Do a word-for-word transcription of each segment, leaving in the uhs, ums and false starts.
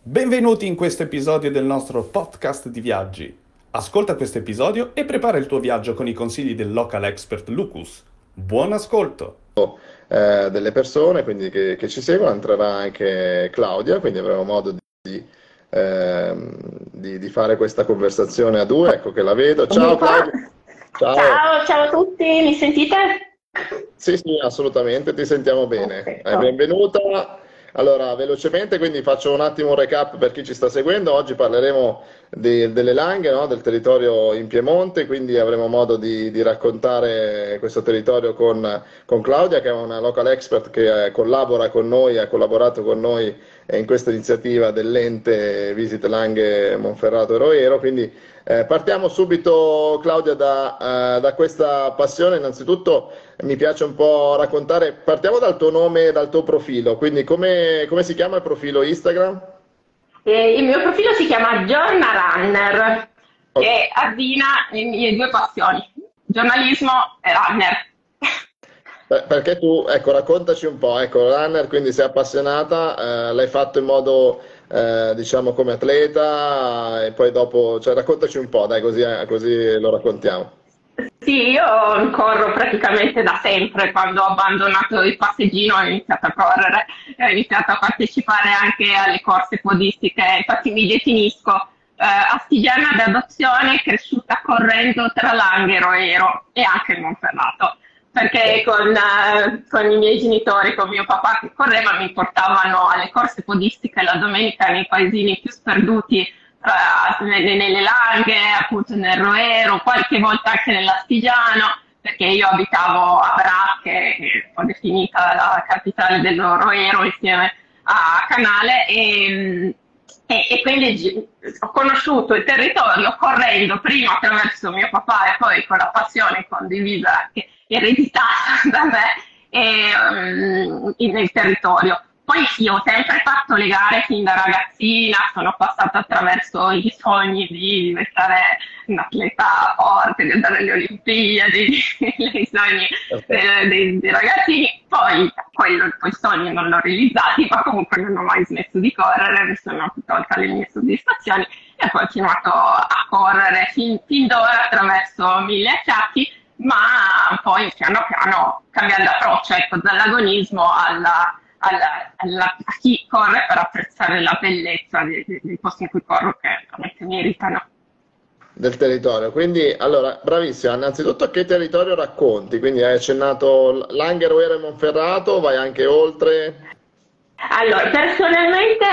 Benvenuti in questo episodio del nostro podcast di viaggi. Ascolta questo episodio e prepara il tuo viaggio con i consigli del local expert Lucas. Buon ascolto! eh, delle persone quindi che, che ci seguono, entrerà anche Claudia, quindi avremo modo di, ehm, di- di fare questa conversazione a due. Ecco che la vedo. Eccomi Ciao qua. Claudia, ciao. Ciao, ciao a tutti, mi sentite? Sì, sì, assolutamente, ti sentiamo bene. Eh, Perfetto. benvenuta. Allora, velocemente, quindi faccio un attimo un recap per chi ci sta seguendo. Oggi parleremo di- delle Langhe, no? Del territorio in Piemonte, quindi avremo modo di, di raccontare questo territorio con, con Claudia, che è una local expert che eh, collabora con noi, ha collaborato con noi eh, in questa iniziativa dell'ente Visit Langhe Monferrato e Roero. Quindi eh, partiamo subito, Claudia, da, eh, da questa passione. Innanzitutto mi piace un po' raccontare, partiamo dal tuo nome e dal tuo profilo, quindi come, come si chiama il profilo Instagram? Eh, il mio profilo si chiama Giorna Runner, Ok. che abbina le mie due passioni, giornalismo e runner. Per- Perché tu, ecco, raccontaci un po', ecco, runner, quindi sei appassionata, eh, l'hai fatto in modo, eh, diciamo, come atleta e poi dopo, cioè raccontaci un po', dai, così, eh, così lo raccontiamo. Sì, io corro praticamente da sempre, quando ho abbandonato il passeggino ho iniziato a correre, ho iniziato a partecipare anche alle corse podistiche, infatti mi definisco eh, astigiana d'adozione cresciuta correndo tra Langhero e Ero e anche il Monferrato, perché con, eh, con i miei genitori, con mio papà che correva, mi portavano alle corse podistiche la domenica nei paesini più sperduti eh, nelle, nelle Langhe, appunto nel Roero, qualche volta anche nell'Astigiano, perché io abitavo a Bracche, che è un po' definita la capitale del Roero, insieme a Canale, e, e, e quindi gi- ho conosciuto il territorio correndo prima attraverso mio papà e poi con la passione condivisa, che ereditata da me e, um, in- nel territorio. Poi sì, ho sempre fatto le gare fin da ragazzina, sono passata attraverso i sogni di diventare un atleta forte, di andare alle Olimpiadi, i sogni Perfetto. eh, dei, dei ragazzini. Poi quello, quei sogni non l'ho realizzati, ma comunque non ho mai smesso di correre, mi sono tolta le mie soddisfazioni e ho continuato a correre fin, fin d'ora attraverso mille acciacchi, ma poi piano piano cambiando approccio, ecco, dall'agonismo alla, alla- alla- a chi corre per apprezzare la bellezza dei, dei- dei posti in cui corro, che veramente meritano. Del territorio, quindi allora, bravissima, innanzitutto che territorio racconti? Quindi hai accennato Langhero, Ero e Monferrato, vai anche oltre? Allora, personalmente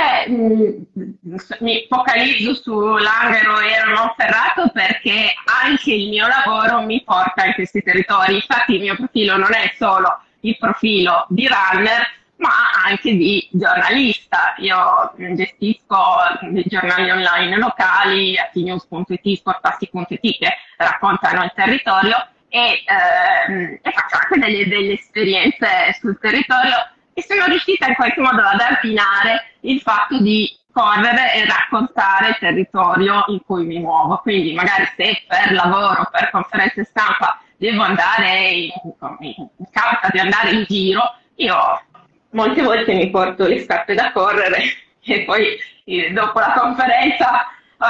mh, mi focalizzo su Langhero e Monferrato perché anche il mio lavoro mi porta in questi territori. Infatti il mio profilo non è solo il profilo di runner, ma anche di giornalista. Io mh, gestisco dei giornali online locali, attinews punto it, sportassi punto it, che raccontano il territorio e, ehm, e faccio anche delle, delle esperienze sul territorio e sono riuscita in qualche modo ad abbinare il fatto di correre e raccontare il territorio in cui mi muovo. Quindi magari se per lavoro, per conferenze stampa devo andare, in, mi capita di andare in giro, io molte volte mi porto le scarpe da correre e poi eh, dopo la conferenza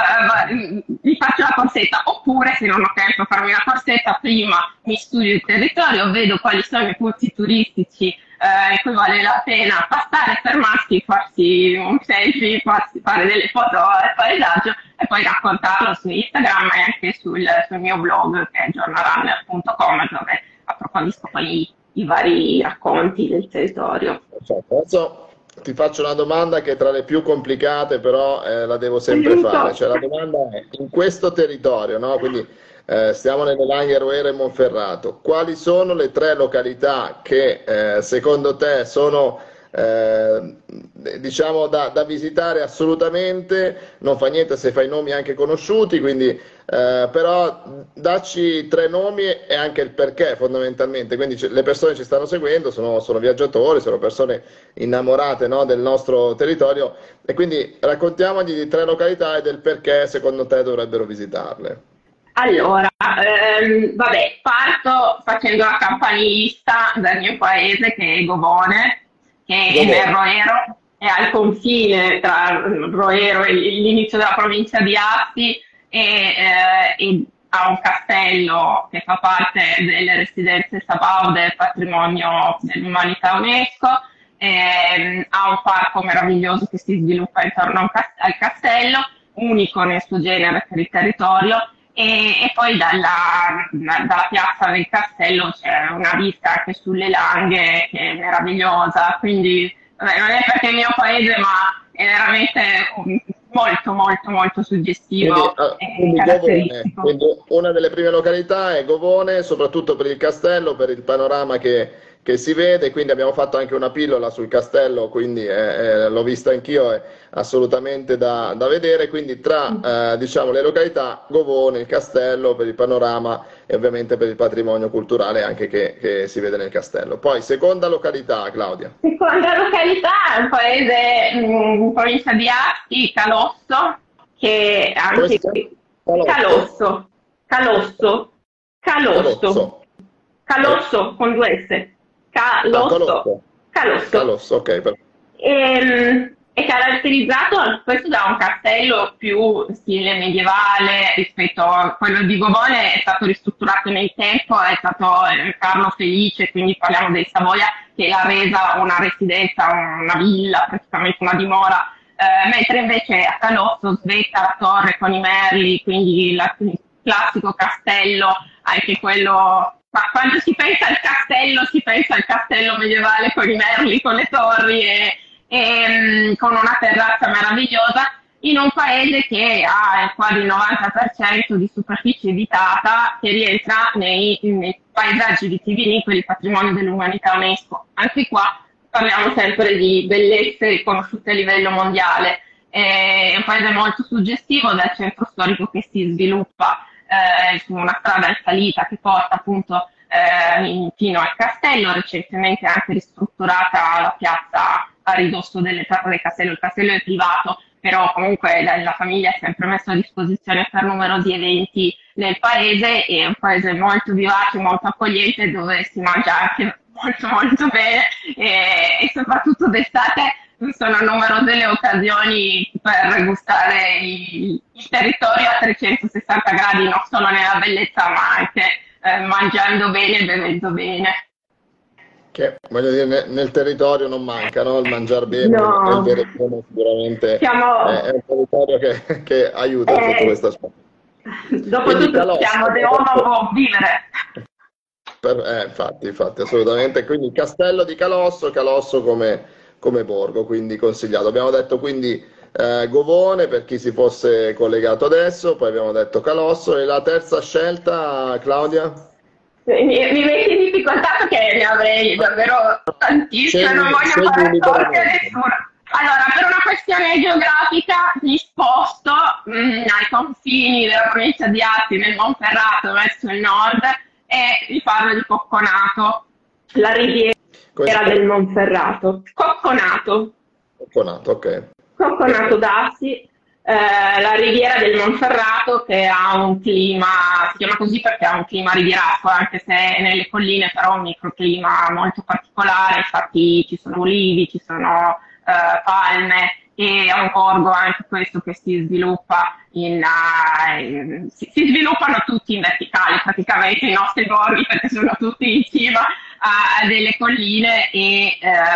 eh, mi faccio la corsetta, oppure se non ho tempo a farmi la corsetta, prima mi studio il territorio, vedo quali sono i punti turistici eh, in cui vale la pena passare, fermarsi, farsi un selfie, farsi fare delle foto al paesaggio e poi raccontarlo su Instagram e anche sul, sul mio blog che è giornarunner punto com, dove approfondisco poi i, i vari racconti del territorio. Perfetto. Adesso ti faccio una domanda che è tra le più complicate, però eh, la devo sempre Aiuto! fare. Cioè, la domanda è, in questo territorio, no? Quindi eh, stiamo nelle Langhe, Roero e Monferrato, quali sono le tre località che eh, secondo te sono eh, diciamo da, da visitare assolutamente? Non fa niente se fai nomi anche conosciuti, quindi eh, però dacci tre nomi e anche il perché fondamentalmente. Quindi c- le persone ci stanno seguendo, sono, sono viaggiatori, sono persone innamorate, no, del nostro territorio e quindi raccontiamogli di tre località e del perché secondo te dovrebbero visitarle. Allora, ehm, vabbè, parto facendo la campanilista del mio paese che è Govone, che è nel Govone. Roero. è al confine tra Roero e l'inizio della provincia di Asti e, eh, e ha un castello che fa parte delle residenze Sabaude, patrimonio dell'umanità UNESCO, eh, ha un parco meraviglioso che si sviluppa intorno a un cast- al castello, unico nel suo genere per il territorio, e, e poi dalla, da- dalla piazza del castello c'è una vista anche sulle Langhe che è meravigliosa, quindi vabbè, non è perché è il mio paese, ma è veramente un- molto molto molto suggestivo Quindi, ah, e quindi Govone, caratteristico. quindi una delle prime località è Govone, soprattutto per il castello, per il panorama che, che si vede, quindi abbiamo fatto anche una pillola sul castello, quindi eh, eh, l'ho vista anch'io, è assolutamente da, da vedere, quindi tra eh, diciamo, le località Govone, il castello per il panorama e ovviamente per il patrimonio culturale anche che, che si vede nel castello. Poi seconda località, Claudia. Seconda località è un paese mh, in provincia di Asti, Calosso, che Come si anche chiama? Calosso, Calosso, Calosso, Calosso. Calosso con due S, Ah, Calosso, Calosso. Calosso. Calosso, ok. perfetto. Ehm, è caratterizzato questo da un castello più stile medievale rispetto a quello di Govone, è stato ristrutturato nel tempo, è stato eh, Carlo Felice, quindi parliamo dei Savoia, che l'ha resa una residenza, una villa, praticamente una dimora, eh, mentre invece a Calosso svetta la torre con i merli, quindi la- il classico castello, anche quello. Ma quando si pensa al castello, si pensa al castello medievale con i merli, con le torri e, e, mm, con una terrazza meravigliosa, in un paese che ha quasi il novanta per cento di superficie abitata, che rientra nei, nei paesaggi vitivinicoli, patrimonio dell'umanità UNESCO. Anche qua parliamo sempre di bellezze riconosciute a livello mondiale. È un paese molto suggestivo dal centro storico che si sviluppa eh, su una strada in salita che porta appunto eh, in- fino al castello, recentemente anche ristrutturata la piazza a ridosso delle terre del castello. Il castello è privato, però comunque la, la famiglia è sempre messa a disposizione per numerosi eventi nel paese, è un paese molto vivace, molto accogliente, dove si mangia anche molto molto bene e, e soprattutto d'estate sono numerose le occasioni per gustare il, il territorio a trecentosessanta gradi, non solo nella bellezza ma anche eh, mangiando bene e bevendo bene. Che voglio dire, nel, nel territorio non manca, no? Il mangiare bene, No. il bere bene sicuramente Siamo, è, è un territorio che, che aiuta sotto eh, questo aspetto. dopo Quindi tutto Calosso, siamo de homo vivere. per- eh, infatti, infatti, assolutamente. Quindi il castello di Calosso, Calosso come, come borgo, quindi consigliato. Abbiamo detto quindi eh, Govone per chi si fosse collegato adesso, poi abbiamo detto Calosso e la terza scelta, Claudia? Mi, mi metti in difficoltà perché ne avrei davvero tantissime, Scegli- non voglio scegli fare torti a liberamente. nessuno. Allora, per una questione geografica mi sposto mm, ai confini della provincia di Asti, nel Monferrato, verso il nord, e vi parlo di Cocconato, la riviera Come si del chiama? Monferrato. Cocconato. Cocconato, ok. Cocconato d'Asti, eh, la riviera del Monferrato, che ha un clima, si chiama così perché ha un clima rivierasco, anche se è nelle colline, però un microclima molto particolare, infatti ci sono ulivi, ci sono eh, palme, e è un borgo anche questo che si sviluppa in, uh, in- si, si sviluppano tutti in verticale praticamente i nostri borghi, perché sono tutti in cima a delle colline e,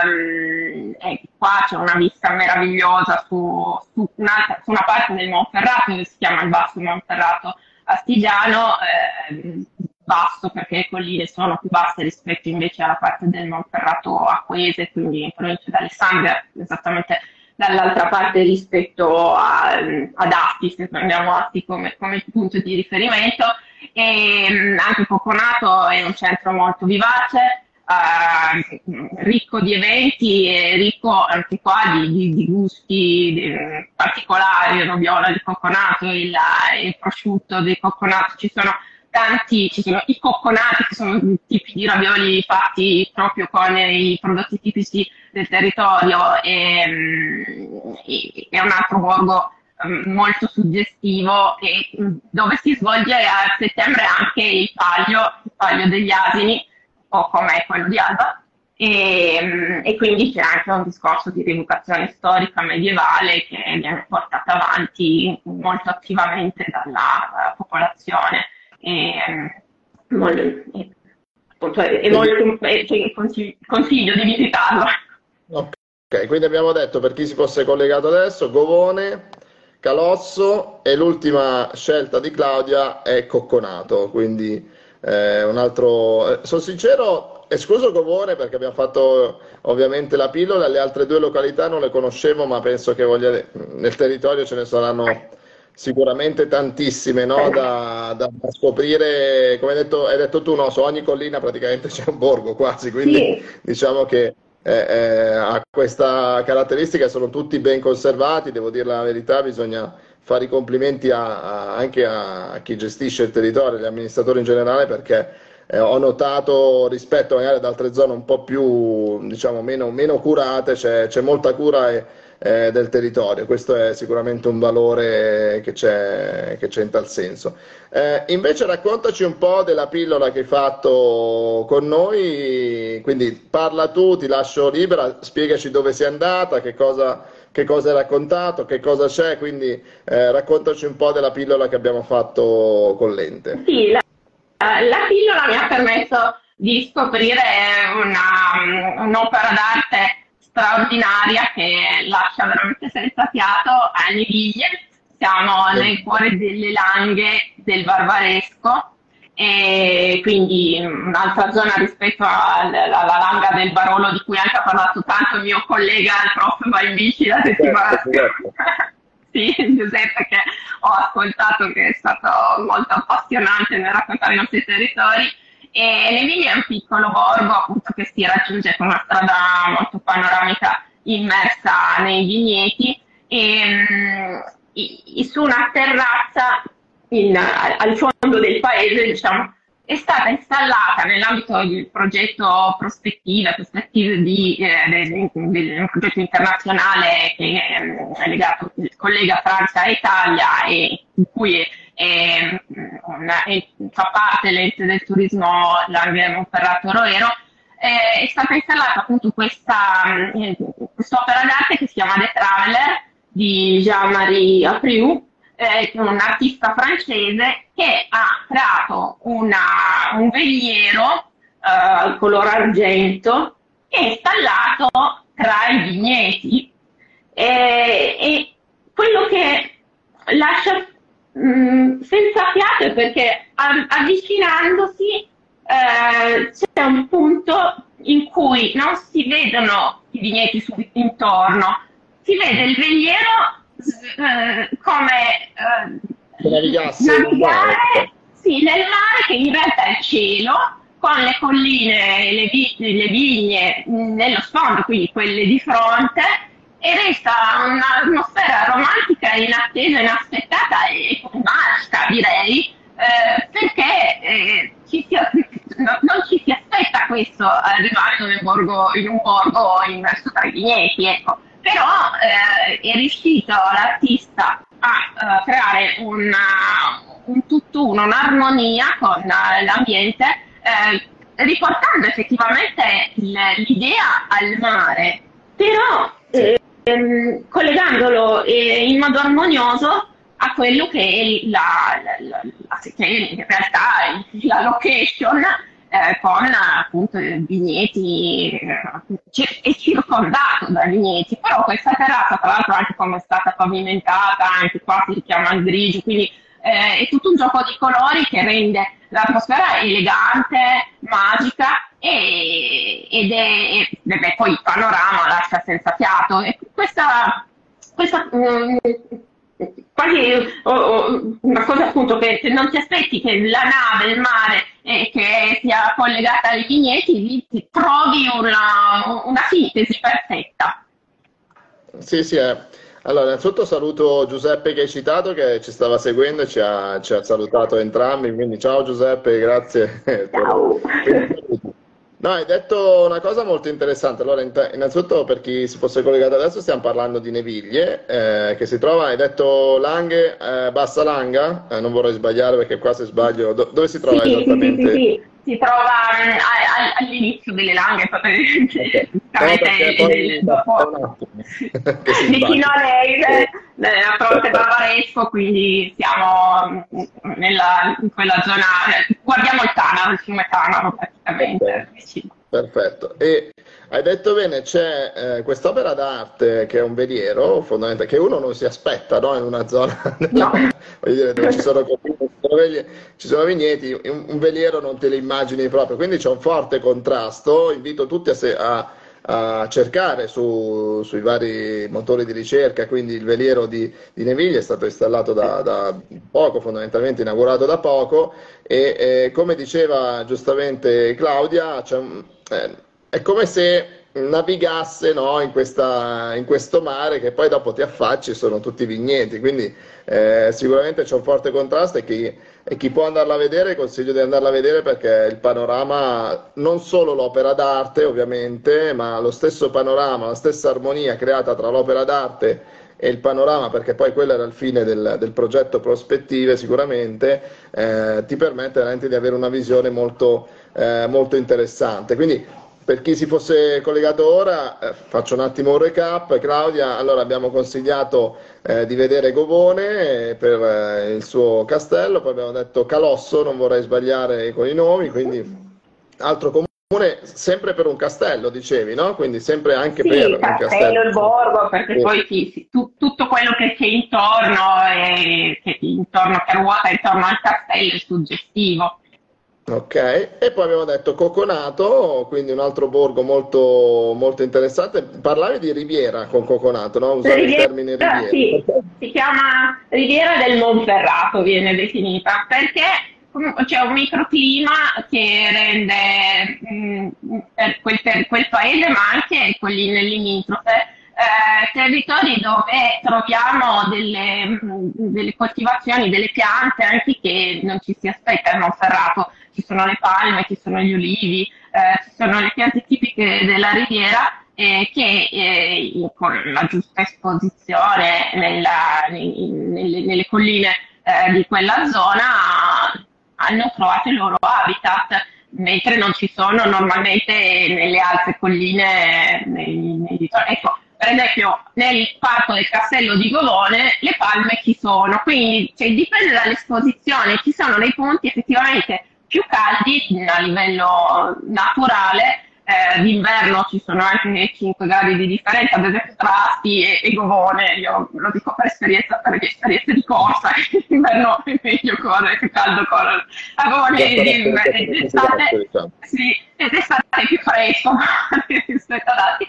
ehm, e qua c'è una vista meravigliosa su, su, un'altra- su una parte del Monferrato che si chiama il Basso Monferrato Astigiano, ehm, basso perché le colline sono più basse rispetto invece alla parte del Monferrato Acquese, quindi in provincia di Alessandria, esattamente dall'altra parte rispetto a- ad Asti, se prendiamo Asti come, come punto di riferimento. E mh, anche Cocconato è un centro molto vivace, eh, ricco di eventi e ricco anche qua di, di- di gusti di- particolari, il Robiola di Cocconato, il, il prosciutto di Cocconato, ci sono tanti, ci sono i cocconati che sono tipi di ravioli fatti proprio con i prodotti tipici del territorio e, mm, e- è un altro borgo mm, molto suggestivo e mm, dove si svolge a settembre anche il Palio, il Palio degli Asini, o come quello di Alba, e, e quindi c'è anche un discorso di rievocazione storica medievale che viene portato avanti molto attivamente dalla popolazione. E, molto, e, appunto, è molto, e, cioè, consiglio, consiglio di visitarlo. Ok, quindi abbiamo detto, per chi si fosse collegato adesso, Govone, Calosso, e l'ultima scelta di Claudia è Cocconato, quindi eh, un altro... Sono sincero, escluso Govone perché abbiamo fatto ovviamente la pillola, le altre due località non le conoscevo, ma penso che voglia... nel territorio ce ne saranno sicuramente tantissime, no? da, da scoprire. Come hai detto, hai detto tu, no? Su ogni collina praticamente c'è un borgo quasi, quindi Sì. diciamo che eh, eh, ha questa caratteristica, sono tutti ben conservati, devo dire la verità, bisogna fare i complimenti a, a, anche a chi gestisce il territorio, agli amministratori in generale, perché eh, ho notato rispetto magari ad altre zone un po' più, diciamo, meno, meno curate, c'è molta cura e, eh, del territorio. Questo è sicuramente un valore che c'è che c'è in tal senso. Eh, invece raccontaci un po' della pillola che hai fatto con noi, quindi parla tu, ti lascio libera, spiegaci dove sei andata, che cosa, che cosa hai raccontato, che cosa c'è, quindi eh, raccontaci un po' della pillola che abbiamo fatto con l'ente. Sì, la, la pillola mi ha permesso di scoprire un'opera d'arte straordinaria che lascia veramente senza fiato a Neviglie. Siamo nel cuore delle Langhe del Barbaresco, e quindi un'altra zona rispetto alla, alla Langa del Barolo, di cui anche ha parlato tanto il mio collega, il prof Va in bici la settimana scorsa. Sì, Giuseppe, che ho ascoltato, che è stato molto appassionante nel raccontare i nostri territori. E Neviglie è un piccolo borgo, appunto, che si raggiunge con una strada molto panoramica immersa nei vigneti, e su una terrazza in, al fondo del paese, diciamo, è stata installata nell'ambito del progetto Prospettive, prospettive di, eh, del, del, un progetto internazionale che è legato, collega Francia e Italia, e in cui è, è, una, è, fa parte l'ente del turismo Langhe Monferrato Roero. Eh, è stata installata appunto questa eh, quest'opera d'arte che si chiama The Traveler di Jean-Marie Apriou, eh, un artista francese che ha creato una, un veliero eh, al color argento che è installato tra i vigneti, e, e quello che lascia mh, senza fiato è perché avvicinandosi eh, c'è un punto in cui non si vedono i vigneti subito intorno, si vede il veliero eh, come eh, navigare sì, nel mare, che in realtà è il cielo, con le colline e le, vi le vigne nello sfondo, quindi quelle di fronte, e resta un'atmosfera romantica, inattesa, inaspettata e magica, direi, eh, perché eh, ci si, no, non ci si aspetta questo arrivando nel borgo, in un borgo immerso tra i vigneti, ecco. Però eh, è riuscito l'artista a uh, creare una, un tutt'uno, un'armonia con uh, l'ambiente, eh, riportando effettivamente l'idea al mare, però eh, ehm, collegandolo eh, in modo armonioso a quello che è, la, la, la, la, che in realtà la location, Eh, con appunto vigneti, eh, è circondato da vigneti, però questa terrazza, tra l'altro, anche come è stata pavimentata, anche qua si richiama il grigio, quindi eh, è tutto un gioco di colori che rende l'atmosfera elegante, magica, e, ed è, beh, poi il panorama lascia senza fiato. E questa, questa um, quasi oh, oh, una cosa appunto che non ti aspetti, che la nave, il mare, eh, che sia collegata ai vigneti, lì ti trovi una, una sintesi perfetta. Sì, sì, eh. Allora, innanzitutto saluto Giuseppe che hai citato, che ci stava seguendo e ci ha, ci ha salutato entrambi, quindi ciao Giuseppe, grazie. Ciao. No, hai detto una cosa molto interessante. Allora, innanzitutto, per chi si fosse collegato adesso, stiamo parlando di Neviglie, eh, che si trova, hai detto Langhe, eh, Bassa Langa, eh, non vorrei sbagliare perché qua se sbaglio, do dove si trova sì, esattamente? Sì, sì, sì. si trova um, all'inizio delle Langhe, okay. No, dopo di Chinone a Fronte Barbaresco, quindi siamo nella, in quella zona, guardiamo il Tanaro, il fiume Tanaro praticamente. Perfetto. Perfetto. E hai detto bene, c'è eh, quest'opera d'arte che è un veliero, fondamentalmente, che uno non si aspetta, no? In una zona no. voglio dire, dove ci sono, ci sono vigneti, un, un veliero non te lo immagini proprio, quindi c'è un forte contrasto. Invito tutti a, se, a, a cercare su, sui vari motori di ricerca, quindi il veliero di, di Neviglia è stato installato da, da poco, fondamentalmente inaugurato da poco, e eh, come diceva giustamente Claudia, c'è un, eh, è come se navigasse, no, in, questa, in questo mare che poi dopo ti affacci e sono tutti vigneti, quindi eh, sicuramente c'è un forte contrasto, e chi, e chi può andarla a vedere consiglio di andarla a vedere, perché il panorama, non solo l'opera d'arte ovviamente, ma lo stesso panorama, la stessa armonia creata tra l'opera d'arte e il panorama, perché poi quello era il fine del, del progetto Prospettive, sicuramente eh, ti permette veramente di avere una visione molto, eh, molto interessante. Quindi per chi si fosse collegato ora, eh, faccio un attimo un recap. Claudia, allora abbiamo consigliato eh, di vedere Govone eh, per eh, il suo castello, poi abbiamo detto Calosso, non vorrei sbagliare con i nomi, quindi altro comune, sempre per un castello, dicevi, no? Quindi sempre anche sì, per il un castello, castello. il borgo, perché sì. poi sì, sì, tu, tutto quello che c'è intorno, e, che, intorno, che ruota intorno al castello è suggestivo. Ok, e poi abbiamo detto Coconato, quindi un altro borgo molto, molto interessante. Parlavi di Riviera con Coconato, no? Usavi il termine Riviera. Sì, si chiama Riviera del Monferrato, viene definita, perché c'è un microclima che rende mh, quel, quel paese, ma anche colline limitrofe, eh, territori dove troviamo delle, delle coltivazioni, delle piante anche che non ci si aspetta a Monferrato. Ci sono le palme, ci sono gli olivi, eh, ci sono le piante tipiche della riviera eh, che eh, con la giusta esposizione nella, nelle, nelle colline eh, di quella zona hanno trovato il loro habitat, mentre non ci sono normalmente nelle altre colline. Nei, nei, ecco, per esempio nel parco del Castello di Govone le palme ci sono, quindi cioè, dipende dall'esposizione, ci sono dei punti effettivamente più caldi a livello naturale, eh, d'inverno ci sono anche cinque gradi di differenza, ad esempio tra Asti e, e Govone, io lo dico per esperienza, per esperienza di corsa, d'inverno è meglio correre, più caldo correre. A Govone d'estate sì, è più fresco rispetto ad altri,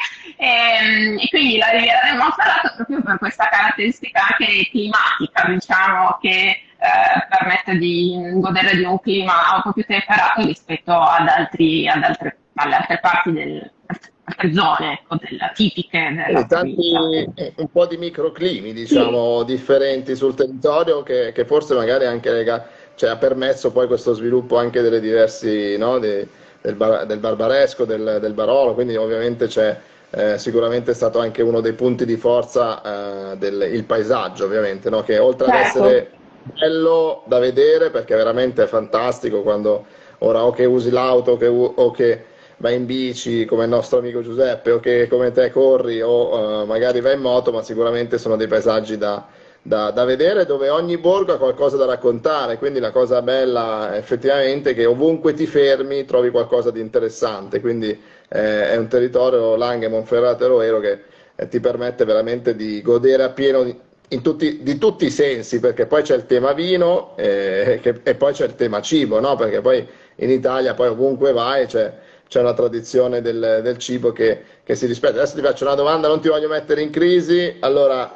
e, e quindi la Riviera del Monferrato proprio per questa caratteristica anche climatica, diciamo, che Eh, permette di godere di un clima un po' più temperato rispetto ad altri, ad altre, alle altre parti del, altre zone ecco, della, tipiche della tanti, un po' di microclimi diciamo sì. differenti sul territorio che, che forse magari anche lega, cioè, ha permesso poi questo sviluppo anche delle diversi no, de, del, bar, del barbaresco, del, del barolo, quindi ovviamente c'è eh, sicuramente è stato anche uno dei punti di forza eh, del il paesaggio ovviamente, no? Che oltre certo. ad essere bello da vedere, perché veramente è fantastico quando ora o che usi l'auto che, o che vai in bici come il nostro amico Giuseppe, o che come te corri o uh, magari vai in moto, ma sicuramente sono dei paesaggi da, da, da vedere, dove ogni borgo ha qualcosa da raccontare, quindi la cosa bella effettivamente è che ovunque ti fermi trovi qualcosa di interessante, quindi eh, è un territorio, Langhe, Monferrato e Roero, che eh, ti permette veramente di godere appieno di In tutti, di tutti i sensi, perché poi c'è il tema vino eh, che, e poi c'è il tema cibo, no? Perché poi in Italia poi ovunque vai c'è, c'è una tradizione del, del cibo che, che si rispetta. Adesso ti faccio una domanda, non ti voglio mettere in crisi. Allora,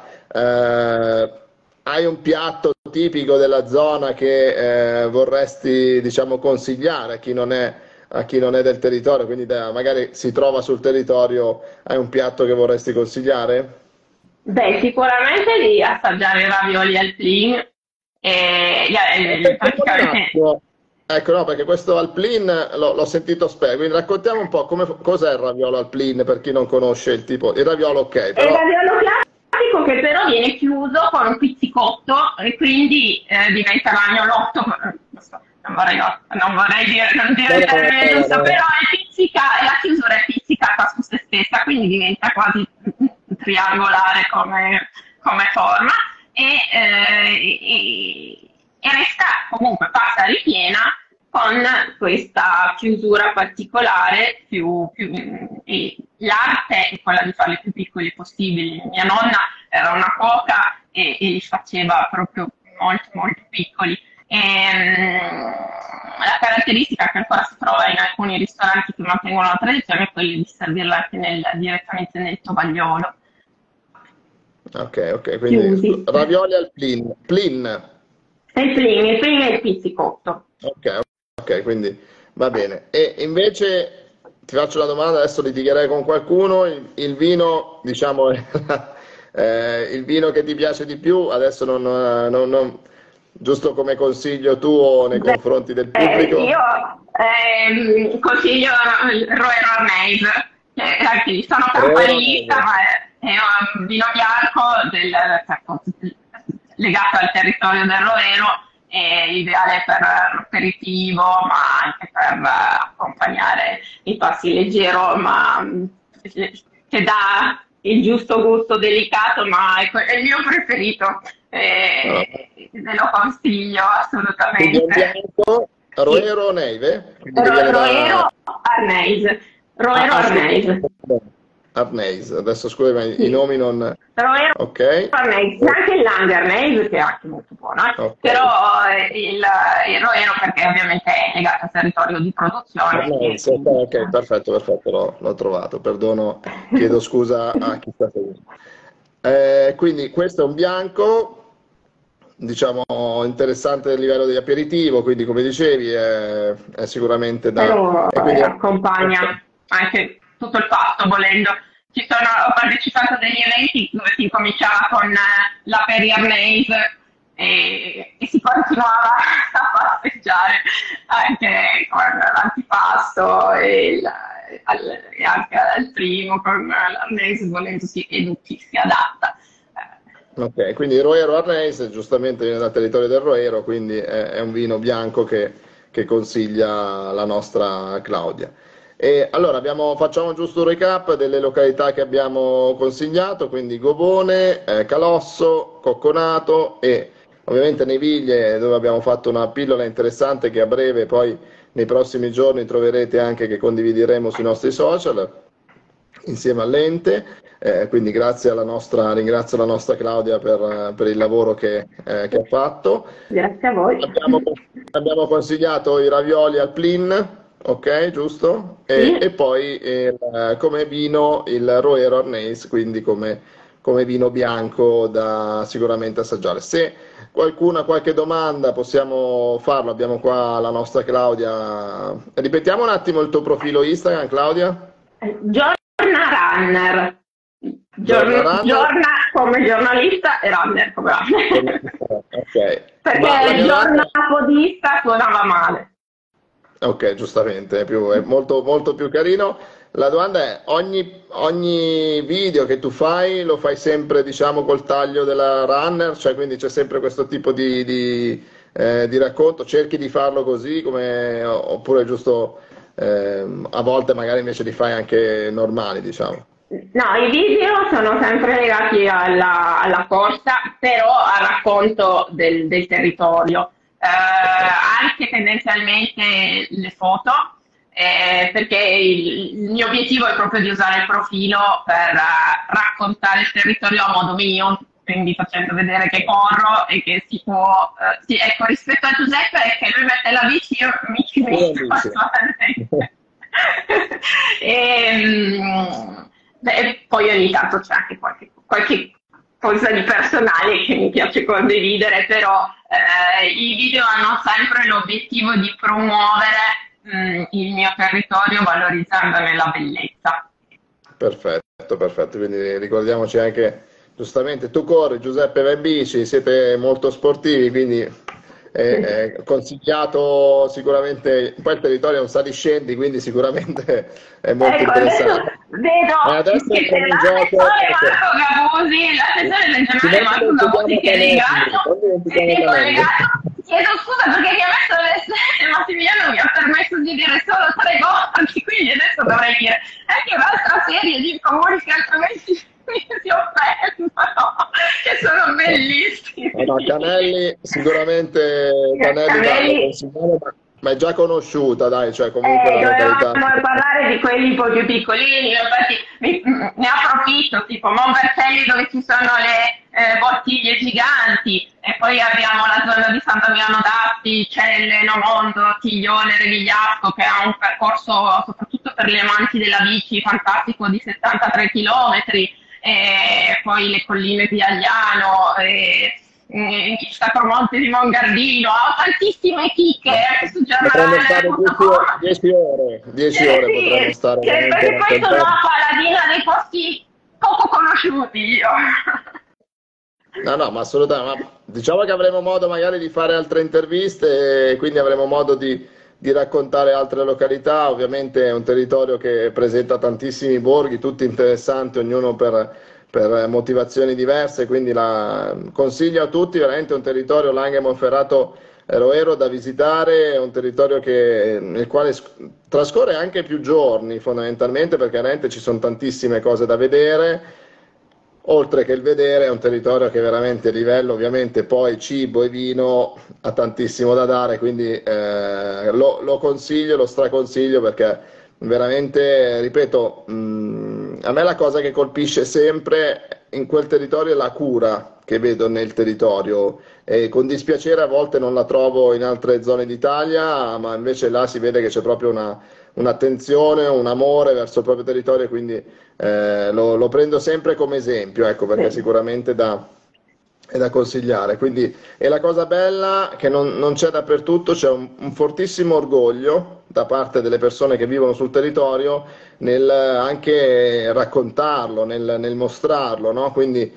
eh, hai un piatto tipico della zona che eh, vorresti, diciamo, consigliare a chi non è, a chi non è del territorio, quindi da, magari si trova sul territorio, hai un piatto che vorresti consigliare? Beh, sicuramente di assaggiare i ravioli al plin e, e praticamente... Ecco, no, perché questo al plin l'ho sentito spesso, quindi raccontiamo un po' come, cos'è il raviolo al plin per chi non conosce il tipo, il raviolo ok, però... È il raviolo classico che però viene chiuso con un pizzicotto e quindi eh, diventa l'agnolotto, vorrei, non vorrei dire, non dire il termine giusto, però è pizzica, la chiusura è pizzicata su se stessa, quindi diventa quasi triangolare come, come forma e, eh, e, e resta comunque passa ripiena con questa chiusura particolare. Più, più, e l'arte è quella di farli più piccoli possibili. Mia nonna era una cuoca e, e li faceva proprio molto molto piccoli. E, um, la caratteristica che ancora si trova in alcuni ristoranti che mantengono la tradizione è quella di servirla anche nel, direttamente nel tovagliolo. Ok, ok, quindi Chiusi. Ravioli al plin. Plin. È il plin, il plin è il pizzicotto. Ok, ok, quindi va bene. E invece ti faccio una domanda, adesso litigherei con qualcuno, il, il vino, diciamo, eh, il vino che ti piace di più, adesso non, non, non giusto come consiglio tuo nei Beh, confronti del pubblico? Eh, io ehm, consiglio il Roero Arneis, che anche lì sono campanilista, ma è, è un vino bianco del, cioè, legato al territorio del Roero, è ideale per l'aperitivo, ma anche per accompagnare i pasti leggero, ma che dà il giusto gusto delicato, ma è il mio preferito. Eh, ve lo consiglio assolutamente. Bianco, Roero o Neive? Ro Roero Arneis. Roero ah, Arneis. Arneis, adesso scusami, sì. I nomi non... Roero ok. Arneis, anche il Lang Arneis che è anche molto buono, eh? Okay. Però eh, il, il Roero perché ovviamente è legato al territorio di produzione. Arneis, e... ok, perfetto, perfetto, l'ho trovato, perdono, chiedo scusa a chi sta seguendo. Eh, quindi questo è un bianco, diciamo interessante a livello di aperitivo, quindi come dicevi è, è sicuramente da... Però e quindi... accompagna anche tutto il pasto volendo. Ci sono, ho partecipato a degli eventi dove si cominciava con la Peri Arneis e, e si continuava a passeggiare anche con l'antipasto e, il, e anche al primo con l'Arneis volendosi e tutti si adatta. Ok, quindi Roero Arneis giustamente viene dal territorio del Roero, quindi è, è un vino bianco che, che consiglia la nostra Claudia. E allora abbiamo, facciamo giusto un recap delle località che abbiamo consigliato, quindi Gobone, eh, Calosso, Cocconato e ovviamente Neviglie, dove abbiamo fatto una pillola interessante che a breve poi nei prossimi giorni troverete anche, che condivideremo sui nostri social insieme all'ente. Eh, quindi grazie alla nostra, ringrazio la nostra Claudia per, per il lavoro che, eh, che ha fatto. Grazie a voi. Abbiamo, abbiamo consigliato i ravioli al plin. Ok, giusto? E, sì. e poi eh, come vino il Roero Arneis, quindi come, come vino bianco da sicuramente assaggiare. Se qualcuno ha qualche domanda possiamo farlo, abbiamo qua la nostra Claudia. Ripetiamo un attimo il tuo profilo Instagram, Claudia? Giorna Runner. Giorna, runner. Giorna come giornalista e runner come runner. Ok. Perché giorna podista suonava male. Ok, giustamente, è, più, è molto, molto più carino. La domanda è, ogni, ogni video che tu fai lo fai sempre, diciamo, col taglio della runner? Cioè, quindi c'è sempre questo tipo di, di, eh, di racconto? Cerchi di farlo così, come, oppure giusto, eh, a volte magari invece li fai anche normali, diciamo? No, i video sono sempre legati alla, alla corsa, però al racconto del, del territorio. Eh, anche tendenzialmente le foto, eh, perché il, il mio obiettivo è proprio di usare il profilo per uh, raccontare il territorio a modo mio, quindi facendo vedere che corro e che si può, uh, sì, ecco, rispetto a Giuseppe che lui mette la bici, io mi ci metto assolutamente. e, um, beh, poi ogni tanto c'è anche qualche, qualche cosa di personale che mi piace condividere, però eh, i video hanno sempre l'obiettivo di promuovere mh, il mio territorio valorizzandone la bellezza. Perfetto, perfetto, quindi ricordiamoci anche, giustamente tu corri, Giuseppe va in bici, siete molto sportivi, quindi è, è consigliato sicuramente, poi il territorio è un saliscendi, quindi sicuramente è molto ecco, interessante. Vedo adesso che c'è la sessione Marco Gabusi, la sessione regionale Marco Gabusi che ringrazio, è collegato chiedo scusa perché mi ha messo le stelle, Massimiliano mi ha permesso di dire solo tre volte, quindi adesso dovrei dire anche un'altra serie di comuni che altrimenti mi si offendono, che sono bellissimi. No, no, Canelli, sicuramente Canelli, Canelli... ma, ma è già conosciuta, dai, cioè comunque Eh, la località. dovevamo parlare di quelli un po' più piccolini, infatti mi- ne approfitto, tipo Monvercelli dove ci sono le eh, bottiglie giganti, e poi abbiamo la zona di San Damiano d'Asti, Celle, Nomondo, Tiglione, Revigliasco, che ha un percorso soprattutto per gli amanti della bici fantastico di settantatré chilometri, e poi le colline di Agliano, e, e Sacromonte di Mongardino, ho tantissime chicche anche su Potremmo stare giornale. dieci ore, dieci ore Sì, potremmo stare. che perché poi sono la paladina dei posti poco conosciuti io. No, no, ma assolutamente. Ma diciamo che avremo modo magari di fare altre interviste e quindi avremo modo di, di raccontare altre località. Ovviamente è un territorio che presenta tantissimi borghi, tutti interessanti, ognuno per, per motivazioni diverse, quindi la, consiglio a tutti, veramente un territorio, Langhe Monferrato Roero, da visitare, è un territorio che, nel quale trascorre anche più giorni fondamentalmente, perché veramente ci sono tantissime cose da vedere. Oltre che il vedere, è un territorio che veramente a livello, ovviamente, poi cibo e vino ha tantissimo da dare, quindi eh, lo, lo consiglio, lo straconsiglio, perché veramente, ripeto, mh, a me la cosa che colpisce sempre in quel territorio è la cura che vedo nel territorio, e con dispiacere a volte non la trovo in altre zone d'Italia, ma invece là si vede che c'è proprio una, un'attenzione, un amore verso il proprio territorio, quindi eh, lo, lo prendo sempre come esempio, ecco, perché sicuramente da, è da consigliare. Quindi, e la cosa bella che non, non c'è dappertutto, c'è un, un fortissimo orgoglio da parte delle persone che vivono sul territorio nel anche raccontarlo, nel, nel mostrarlo, no? Quindi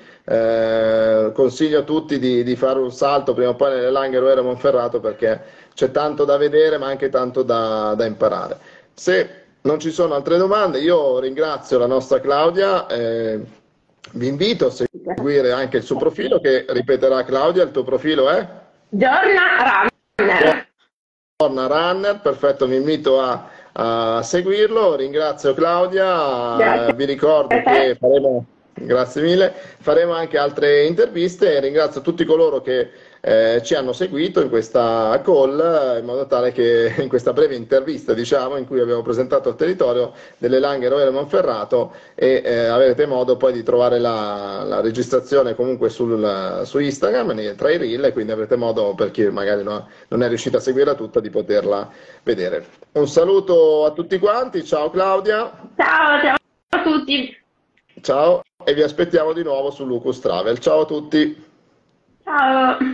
eh, consiglio a tutti di, di fare un salto prima o poi nelle Langhe Roero Monferrato, perché c'è tanto da vedere ma anche tanto da, da imparare. Se non ci sono altre domande, io ringrazio la nostra Claudia, eh, vi invito a seguire anche il suo profilo, che ripeterà Claudia, il tuo profilo è? Giorna Runner. Giorna Runner, perfetto, vi invito a, a seguirlo, ringrazio Claudia, Grazie. vi ricordo che faremo, grazie mille, faremo anche altre interviste, e ringrazio tutti coloro che eh, ci hanno seguito in questa call, in modo tale che in questa breve intervista, diciamo, in cui abbiamo presentato il territorio delle Langhe Roero Monferrato, e eh, avrete modo poi di trovare la, la registrazione comunque sul, su Instagram tra i reel, e quindi avrete modo, per chi magari no, non è riuscito a seguirla tutta, di poterla vedere. Un saluto a tutti quanti, ciao Claudia. Ciao, ciao a tutti. Ciao, e vi aspettiamo di nuovo su Lucus Travel. Ciao a tutti. Ciao.